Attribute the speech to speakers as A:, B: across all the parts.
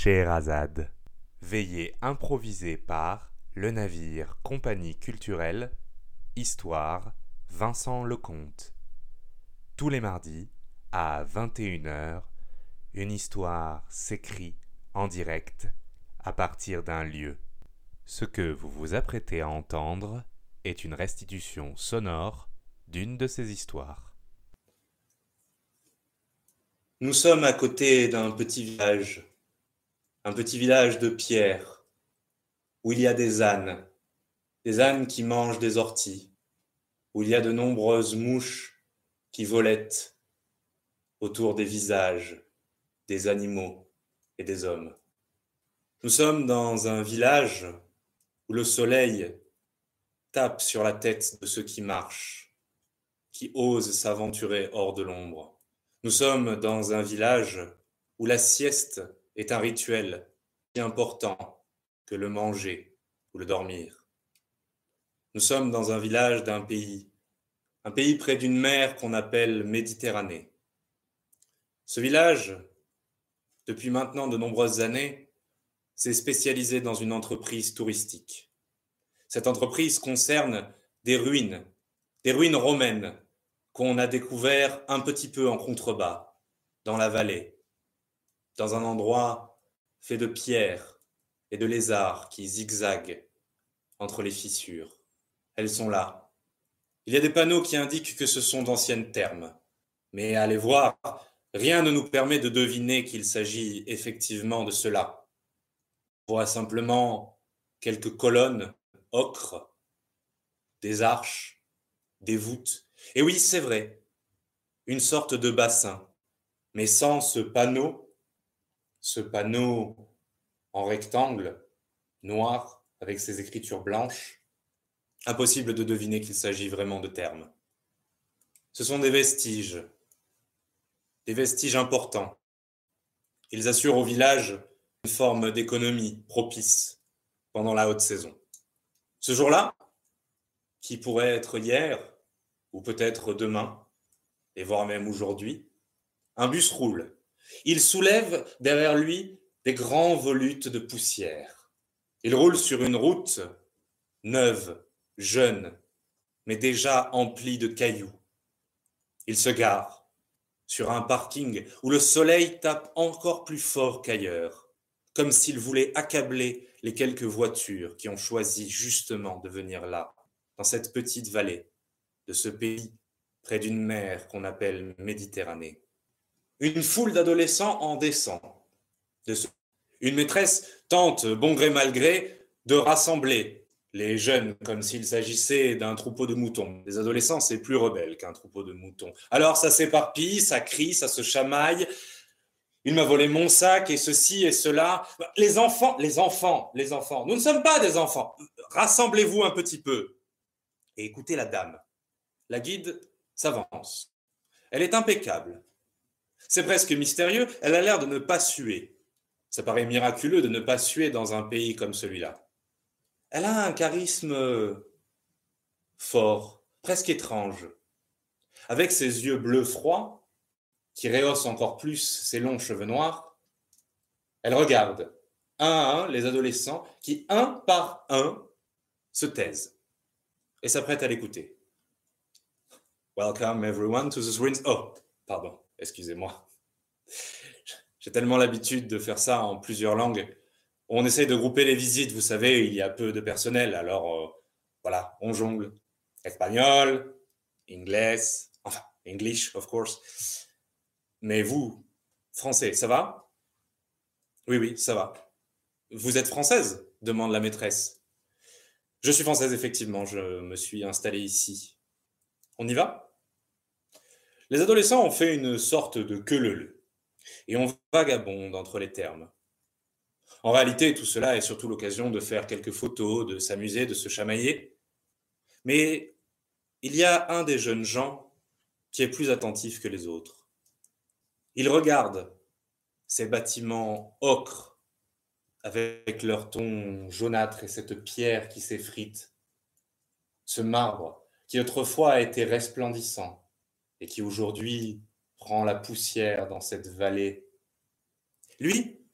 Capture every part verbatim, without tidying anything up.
A: Scheherazade. Veillée improvisée par le navire Compagnie culturelle, Histoire, Vincent Lecomte. Tous les mardis, à vingt et une heures, une histoire s'écrit en direct à partir d'un lieu. Ce que vous vous apprêtez à entendre est une restitution sonore d'une de ces histoires.
B: Nous sommes à côté d'un petit village, un petit village de pierre, où il y a des ânes, des ânes qui mangent des orties, où il y a de nombreuses mouches qui volettent autour des visages des animaux et des hommes. Nous sommes dans un village où le soleil tape sur la tête de ceux qui marchent, qui osent s'aventurer hors de l'ombre. Nous sommes dans un village où la sieste est un rituel si important que le manger ou le dormir. Nous sommes dans un village d'un pays, un pays près d'une mer qu'on appelle Méditerranée. Ce village, depuis maintenant de nombreuses années, s'est spécialisé dans une entreprise touristique. Cette entreprise concerne des ruines, des ruines romaines qu'on a découvert un petit peu en contrebas, dans la vallée, dans un endroit fait de pierres et de lézards qui zigzaguent entre les fissures. Elles sont là. Il y a des panneaux qui indiquent que ce sont d'anciennes thermes. Mais à les voir, rien ne nous permet de deviner qu'il s'agit effectivement de cela. On voit simplement quelques colonnes ocre, des arches, des voûtes. Et oui, c'est vrai, une sorte de bassin. Mais sans ce panneau, ce panneau en rectangle, noir, avec ses écritures blanches, impossible de deviner qu'il s'agit vraiment de thermes. Ce sont des vestiges, des vestiges importants. Ils assurent au village une forme d'économie propice pendant la haute saison. Ce jour-là, qui pourrait être hier, ou peut-être demain, et voire même aujourd'hui, un bus roule. Il soulève derrière lui des grands volutes de poussière. Il roule sur une route neuve, jeune, mais déjà emplie de cailloux. Il se gare sur un parking où le soleil tape encore plus fort qu'ailleurs, comme s'il voulait accabler les quelques voitures qui ont choisi justement de venir là, dans cette petite vallée de ce pays près d'une mer qu'on appelle Méditerranée. Une foule d'adolescents en descend. De ce... Une maîtresse tente, bon gré mal gré, de rassembler les jeunes comme s'il s'agissait d'un troupeau de moutons. Les adolescents, c'est plus rebelle qu'un troupeau de moutons. Alors ça s'éparpille, ça crie, ça se chamaille. Il m'a volé mon sac et ceci et cela. Les enfants, les enfants, les enfants. Nous ne sommes pas des enfants. Rassemblez-vous un petit peu. Et écoutez la dame. La guide s'avance. Elle est impeccable. C'est presque mystérieux. Elle a l'air de ne pas suer. Ça paraît miraculeux de ne pas suer dans un pays comme celui-là. Elle a un charisme fort, presque étrange. Avec ses yeux bleus froids, qui rehaussent encore plus ses longs cheveux noirs, elle regarde un à un les adolescents qui, un par un, se taisent et s'apprêtent à l'écouter. Welcome everyone to the ruins. Oh, pardon, excusez-moi. J'ai tellement l'habitude de faire ça en plusieurs langues. On essaye de grouper les visites, vous savez, il y a peu de personnel, alors euh, voilà, on jongle. Espagnol, anglais, enfin, English, of course. Mais vous, français, ça va? Oui, oui, ça va. Vous êtes française? Demande la maîtresse. Je suis française, effectivement, je me suis installée ici. On y va? Les adolescents ont fait une sorte de queue-leu-leu, et on vagabonde entre les termes. En réalité, tout cela est surtout l'occasion de faire quelques photos, de s'amuser, de se chamailler. Mais il y a un des jeunes gens qui est plus attentif que les autres. Il regarde ces bâtiments ocre avec leur ton jaunâtre et cette pierre qui s'effrite, ce marbre qui autrefois a été resplendissant et qui aujourd'hui prend la poussière dans cette vallée. Lui,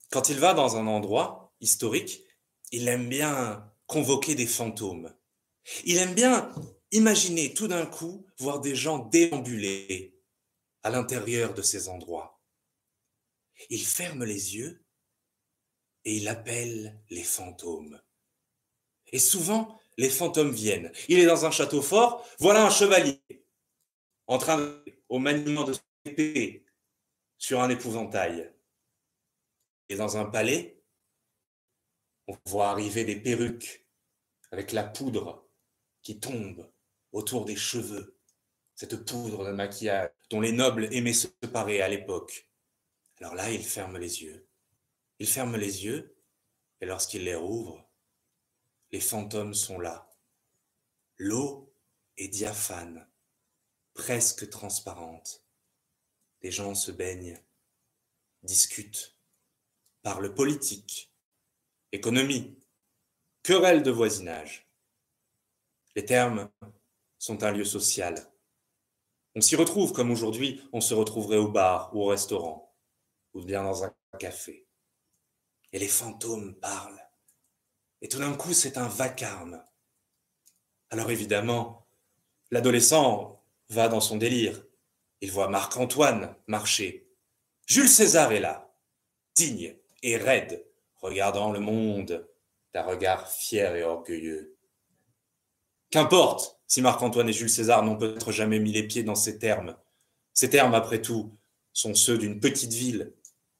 B: Quand il va dans un endroit historique, il aime bien convoquer des fantômes. Il aime bien imaginer tout d'un coup voir des gens déambuler à l'intérieur de ces endroits. Il ferme les yeux et il appelle les fantômes. Et souvent, les fantômes viennent. Il est dans un château fort, voilà un chevalier en train de, au maniement de son épée sur un épouvantail. Et dans un palais, on voit arriver des perruques avec la poudre qui tombe autour des cheveux, cette poudre de maquillage dont les nobles aimaient se parer à l'époque. Alors là, il ferme les yeux. Il ferme les yeux, et lorsqu'il les rouvre, les fantômes sont là. L'eau est diaphane, presque transparente. Les gens se baignent, discutent, parlent politique, économie, querelle de voisinage. Les thermes sont un lieu social. On s'y retrouve comme aujourd'hui on se retrouverait au bar ou au restaurant, ou bien dans un café. Et les fantômes parlent. Et tout d'un coup, c'est un vacarme. Alors évidemment, l'adolescent va dans son délire. Il voit Marc-Antoine marcher. Jules César est là, digne et raide, regardant le monde d'un regard fier et orgueilleux. Qu'importe si Marc-Antoine et Jules César n'ont peut-être jamais mis les pieds dans ces thermes. Ces thermes, après tout, sont ceux d'une petite ville,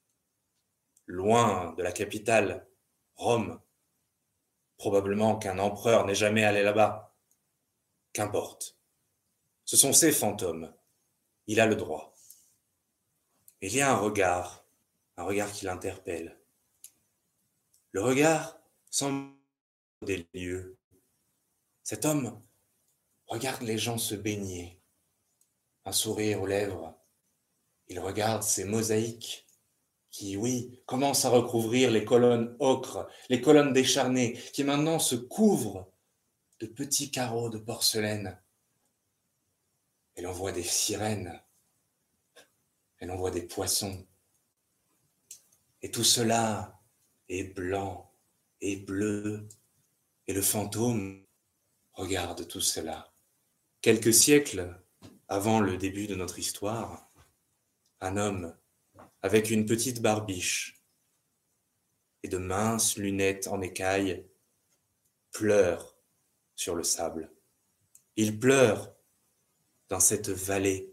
B: loin de la capitale, Rome. Probablement qu'un empereur n'est jamais allé là-bas. Qu'importe. Ce sont ces fantômes. Il a le droit. Il y a un regard, un regard qui l'interpelle. Le regard semble des lieux. Cet homme regarde les gens se baigner, un sourire aux lèvres. Il regarde ces mosaïques qui, oui, commencent à recouvrir les colonnes ocre, les colonnes décharnées, qui maintenant se couvrent de petits carreaux de porcelaine. Et l'on voit des sirènes, et l'on voit des poissons. Et tout cela est blanc et bleu, et le fantôme regarde tout cela. Quelques siècles avant le début de notre histoire, un homme avec une petite barbiche et de minces lunettes en écaille pleure sur le sable. Il pleure dans cette vallée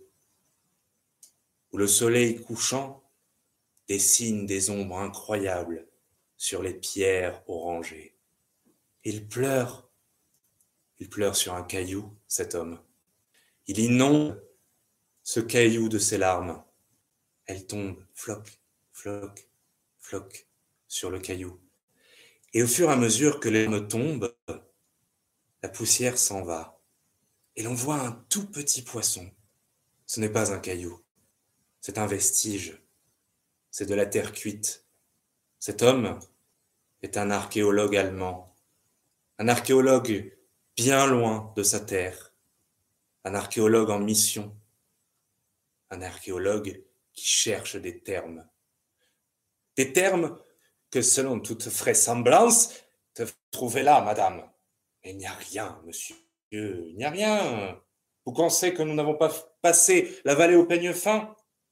B: où le soleil couchant dessine des ombres incroyables sur les pierres orangées. Il pleure, il pleure sur un caillou, cet homme. Il inonde ce caillou de ses larmes. Elles tombent, floc, floc, floc, sur le caillou. Et au fur et à mesure que les larmes tombent, la poussière s'en va. Et l'on voit un tout petit poisson. Ce n'est pas un caillou, c'est un vestige. C'est de la terre cuite. Cet homme est un archéologue allemand. Un archéologue bien loin de sa terre. Un archéologue en mission. Un archéologue qui cherche des termes. Des termes que, selon toute vraisemblance, te trouvez là, madame. Mais il n'y a rien, monsieur. Il n'y a rien. Vous pensez que nous n'avons pas passé la vallée au peigne fin?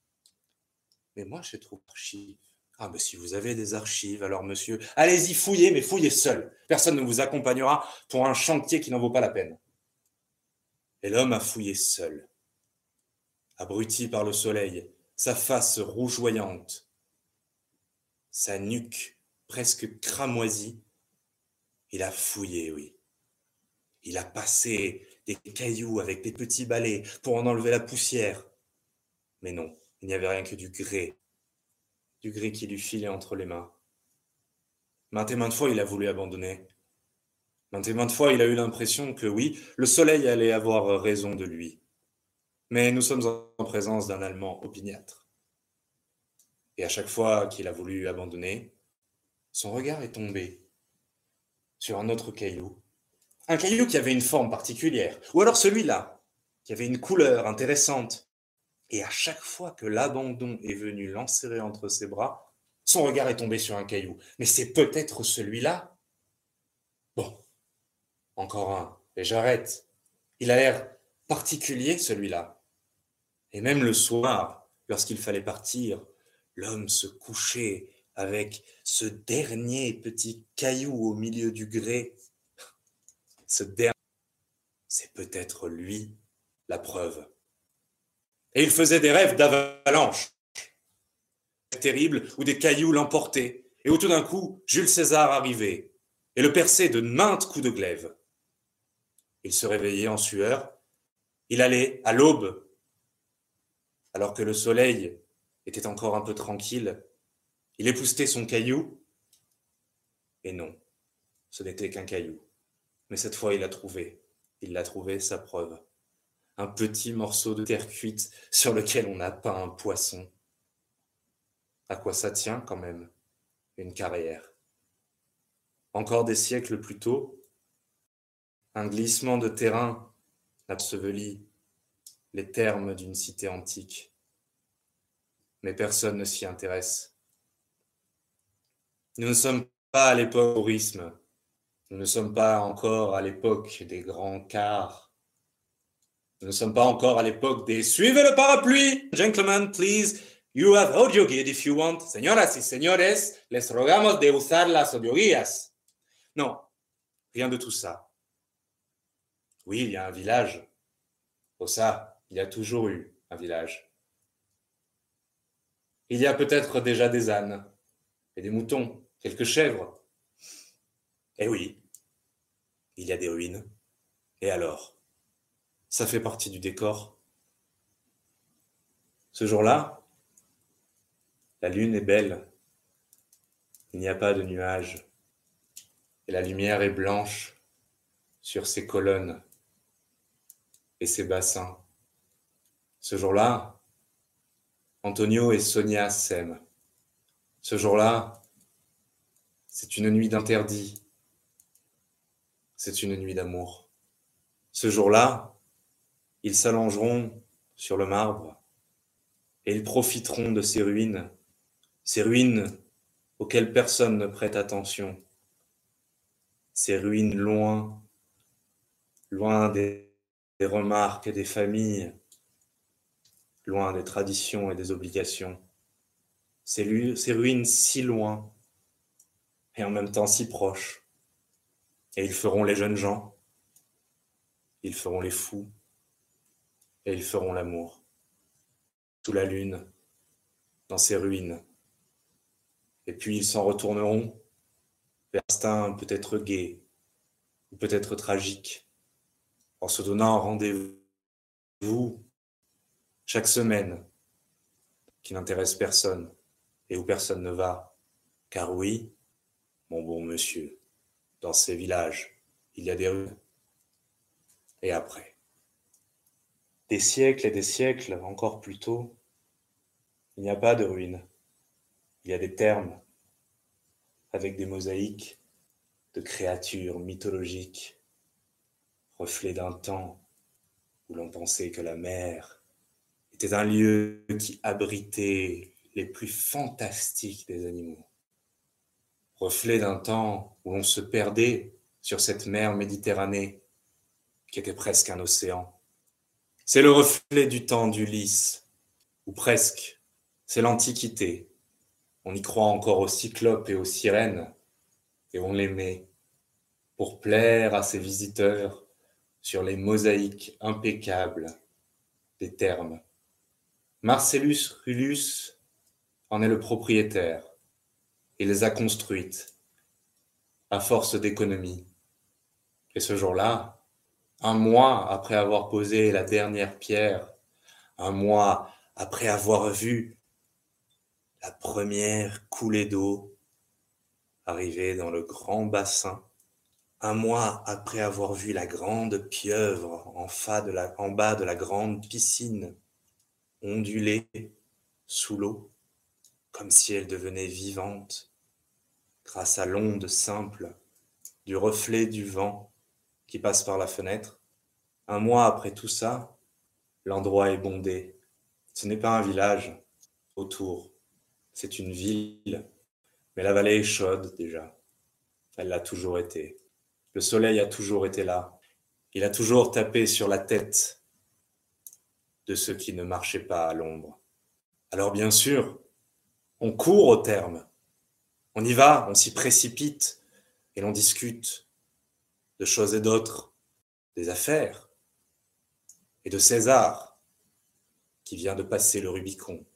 B: Mais moi, j'ai trouvé archives. Ah, mais si vous avez des archives, alors monsieur, allez-y, fouillez, mais fouillez seul. Personne ne vous accompagnera pour un chantier qui n'en vaut pas la peine. Et l'homme a fouillé seul, abruti par le soleil, sa face rougeoyante, sa nuque presque cramoisie. Il a fouillé, oui. Il a passé des cailloux avec des petits balais pour en enlever la poussière. Mais non, il n'y avait rien que du grès, du grès qui lui filait entre les mains. Maintes et maintes fois, il a voulu abandonner. Maintes et maintes fois, il a eu l'impression que oui, le soleil allait avoir raison de lui. Mais nous sommes en présence d'un Allemand opiniâtre. Et à chaque fois qu'il a voulu abandonner, son regard est tombé sur un autre caillou. Un caillou qui avait une forme particulière, ou alors celui-là, qui avait une couleur intéressante. Et à chaque fois que l'abandon est venu l'enserrer entre ses bras, Son regard est tombé sur un caillou. Mais c'est peut-être celui-là. Bon, encore un. Et j'arrête. Il a l'air particulier, celui-là. Et même le soir, lorsqu'il fallait partir, l'homme se couchait avec ce dernier petit caillou au milieu du grès. Ce dernier, c'est peut-être lui, la preuve. Et il faisait des rêves d'avalanche terribles où des cailloux l'emportaient et où tout d'un coup, Jules César arrivait et le perçait de maintes coups de glaive. Il se réveillait en sueur. Il allait à l'aube, alors que le soleil était encore un peu tranquille. Il époussetait son caillou. Et non, ce n'était qu'un caillou. Mais cette fois, il l'a trouvé. Il l'a trouvé, sa preuve. Un petit morceau de terre cuite sur lequel on a peint un poisson. À quoi ça tient quand même, une carrière? Encore des siècles plus tôt, un glissement de terrain ensevelit les termes d'une cité antique. Mais personne ne s'y intéresse. Nous ne sommes pas à l'époque du tourisme. Nous ne sommes pas encore à l'époque des grands cars. Nous ne sommes pas encore à l'époque des « Suivez le parapluie! Gentlemen, please, you have audio guide if you want. Señoras y señores, les rogamos de usar las audioguías. » Non, rien de tout ça. Oui, il y a un village. Oh ça, il y a toujours eu un village. Il y a peut-être déjà des ânes et des moutons, quelques chèvres. Eh oui, il y a des ruines. Et alors? Ça fait partie du décor. Ce jour-là, la lune est belle. Il n'y a pas de nuages. Et la lumière est blanche sur ses colonnes et ses bassins. Ce jour-là, Antonio et Sonia s'aiment. Ce jour-là, c'est une nuit d'interdit. C'est une nuit d'amour. Ce jour-là, ils s'allongeront sur le marbre et ils profiteront de ces ruines, ces ruines auxquelles personne ne prête attention, ces ruines loin, loin des, des remarques et des familles, loin des traditions et des obligations, ces, ces ruines si loin et en même temps si proches. Et ils feront les jeunes gens, ils feront les fous, et ils feront l'amour. Sous la lune, dans ces ruines. Et puis ils s'en retourneront vers un instinct peut-être gai, ou peut-être tragique, en se donnant un rendez-vous chaque semaine, qui n'intéresse personne, et où personne ne va. Car oui, mon bon monsieur, dans ces villages, il y a des ruines. Et après, des siècles et des siècles, encore plus tôt, il n'y a pas de ruines. Il y a des termes, avec des mosaïques de créatures mythologiques, reflets d'un temps où l'on pensait que la mer était un lieu qui abritait les plus fantastiques des animaux. Reflet d'un temps où l'on se perdait sur cette mer Méditerranée, qui était presque un océan. C'est le reflet du temps d'Ulysse, ou presque. C'est l'Antiquité. On y croit encore aux cyclopes et aux sirènes, et on les met pour plaire à ses visiteurs sur les mosaïques impeccables des thermes. Marcellus Rullus en est le propriétaire. Il les a construites à force d'économie. Et ce jour-là, un mois après avoir posé la dernière pierre, un mois après avoir vu la première coulée d'eau arriver dans le grand bassin, un mois après avoir vu la grande pieuvre en, de la, en bas de la grande piscine onduler sous l'eau, comme si elle devenait vivante, grâce à l'onde simple du reflet du vent qui passe par la fenêtre. Un mois après tout ça, l'endroit est bondé. Ce n'est pas un village autour, c'est une ville Mais la vallée est chaude déjà. Elle l'a toujours été. Le soleil a toujours été là. Il a toujours tapé sur la tête de ceux qui ne marchaient pas à l'ombre. Alors bien sûr, on court au terme. On y va, on s'y précipite et l'on discute de choses et d'autres, des affaires et de César qui vient de passer le Rubicon.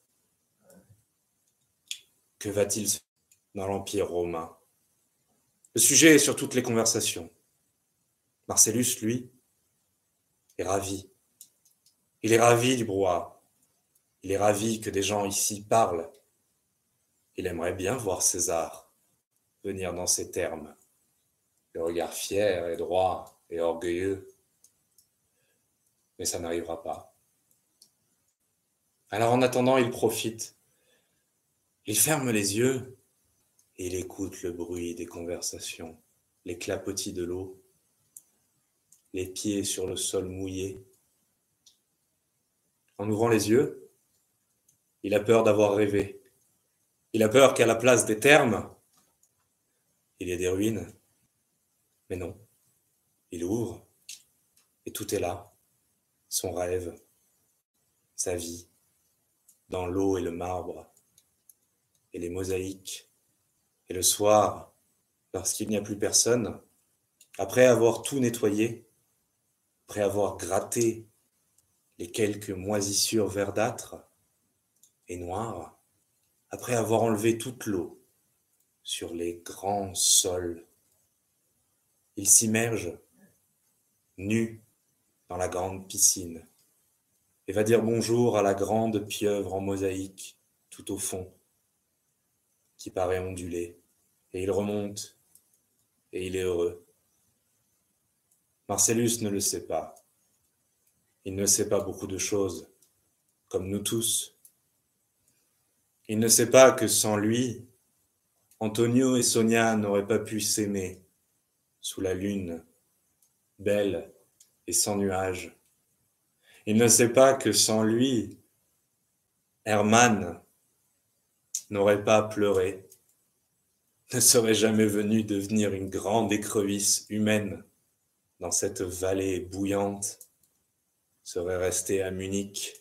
B: Que va-t-il se faire dans l'Empire romain? Le sujet est sur toutes les conversations. Marcellus, lui, est ravi. Il est ravi du brouhaha. Il est ravi que des gens ici parlent. Il aimerait bien voir César venir dans ces termes, le regard fier et droit et orgueilleux. Mais ça n'arrivera pas. Alors en attendant, il profite. Il ferme les yeux et il écoute le bruit des conversations, les clapotis de l'eau, les pieds sur le sol mouillé. En ouvrant les yeux, il a peur d'avoir rêvé. Il a peur qu'à la place des termes, il y ait des ruines. Mais non, il ouvre et tout est là. Son rêve, sa vie, dans l'eau et le marbre, et les mosaïques. Et le soir, lorsqu'il n'y a plus personne, après avoir tout nettoyé, après avoir gratté les quelques moisissures verdâtres et noires, après avoir enlevé toute l'eau sur les grands sols, il s'immerge, nu, dans la grande piscine, et va dire bonjour à la grande pieuvre en mosaïque, tout au fond, qui paraît onduler, et il remonte, et il est heureux. Marcellus ne le sait pas. Il ne sait pas beaucoup de choses, comme nous tous. Il ne sait pas que sans lui, Antonio et Sonia n'auraient pas pu s'aimer sous la lune, belle et sans nuages. Il ne sait pas que sans lui, Hermann n'aurait pas pleuré, ne serait jamais venu devenir une grande écrevisse humaine dans cette vallée bouillante, serait resté à Munich,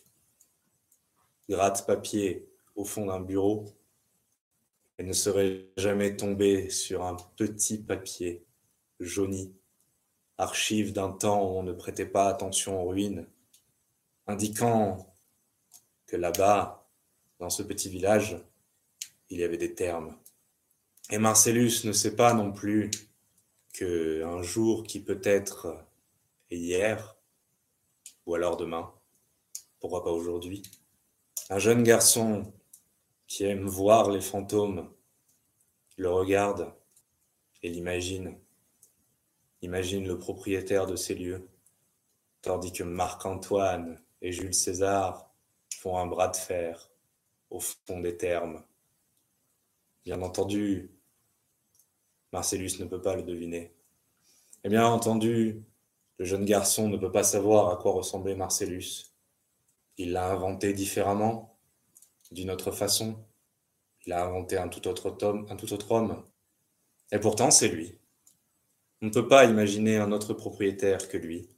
B: gratte-papier au fond d'un bureau, et ne serait jamais tombé sur un petit papier jauni, archive d'un temps où on ne prêtait pas attention aux ruines, indiquant que là-bas, dans ce petit village, il y avait des thermes. Et Marcellus ne sait pas non plus qu'un jour qui peut-être est hier, ou alors demain, pourquoi pas aujourd'hui, un jeune garçon qui aime voir les fantômes le regarde et l'imagine, imagine le propriétaire de ces lieux, tandis que Marc-Antoine et Jules César font un bras de fer au fond des thermes. Bien entendu, Marcellus ne peut pas le deviner. Et bien entendu, le jeune garçon ne peut pas savoir à quoi ressemblait Marcellus. Il l'a inventé différemment, d'une autre façon. Il a inventé un tout autre homme, un tout autre homme. Et pourtant, c'est lui. On ne peut pas imaginer un autre propriétaire que lui.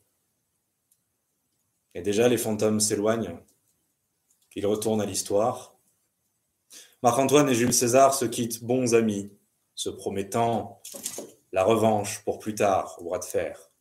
B: Et déjà, les fantômes s'éloignent. Ils retournent à l'histoire. Marc-Antoine et Jules César se quittent bons amis, se promettant la revanche pour plus tard, au bras de fer.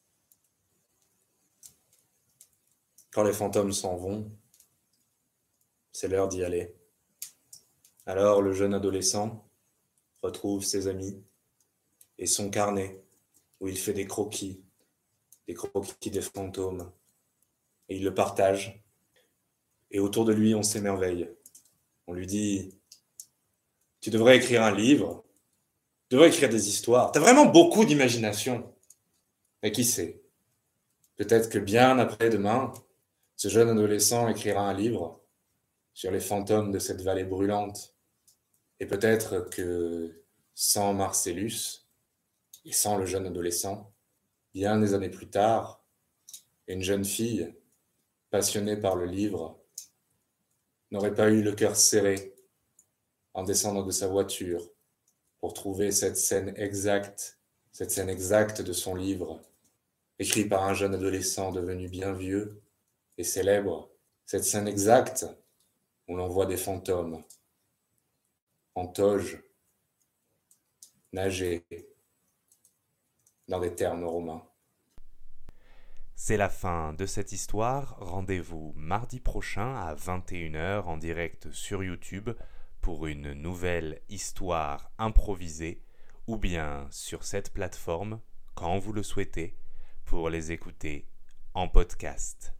B: Quand les fantômes s'en vont, c'est l'heure d'y aller. Alors le jeune adolescent retrouve ses amis et son carnet où il fait des croquis, des croquis des fantômes. Et il le partage. Et autour de lui, on s'émerveille. On lui dit « Tu devrais écrire un livre, tu devrais écrire des histoires. Tu as vraiment beaucoup d'imagination. » Mais qui sait? Peut-être que bien après-demain, ce jeune adolescent écrira un livre sur les fantômes de cette vallée brûlante. Et peut-être que sans Marcellus et sans le jeune adolescent, bien des années plus tard, une jeune fille, passionnée par le livre, n'aurait pas eu le cœur serré en descendant de sa voiture pour trouver cette scène exacte, cette scène exacte de son livre, écrit par un jeune adolescent devenu bien vieux et célèbre, cette scène exacte où l'on voit des fantômes en toge nager dans des termes romains.
A: C'est la fin de cette histoire. Rendez-vous mardi prochain à vingt et une heures en direct sur YouTube pour une nouvelle histoire improvisée ou bien sur cette plateforme quand vous le souhaitez pour les écouter en podcast.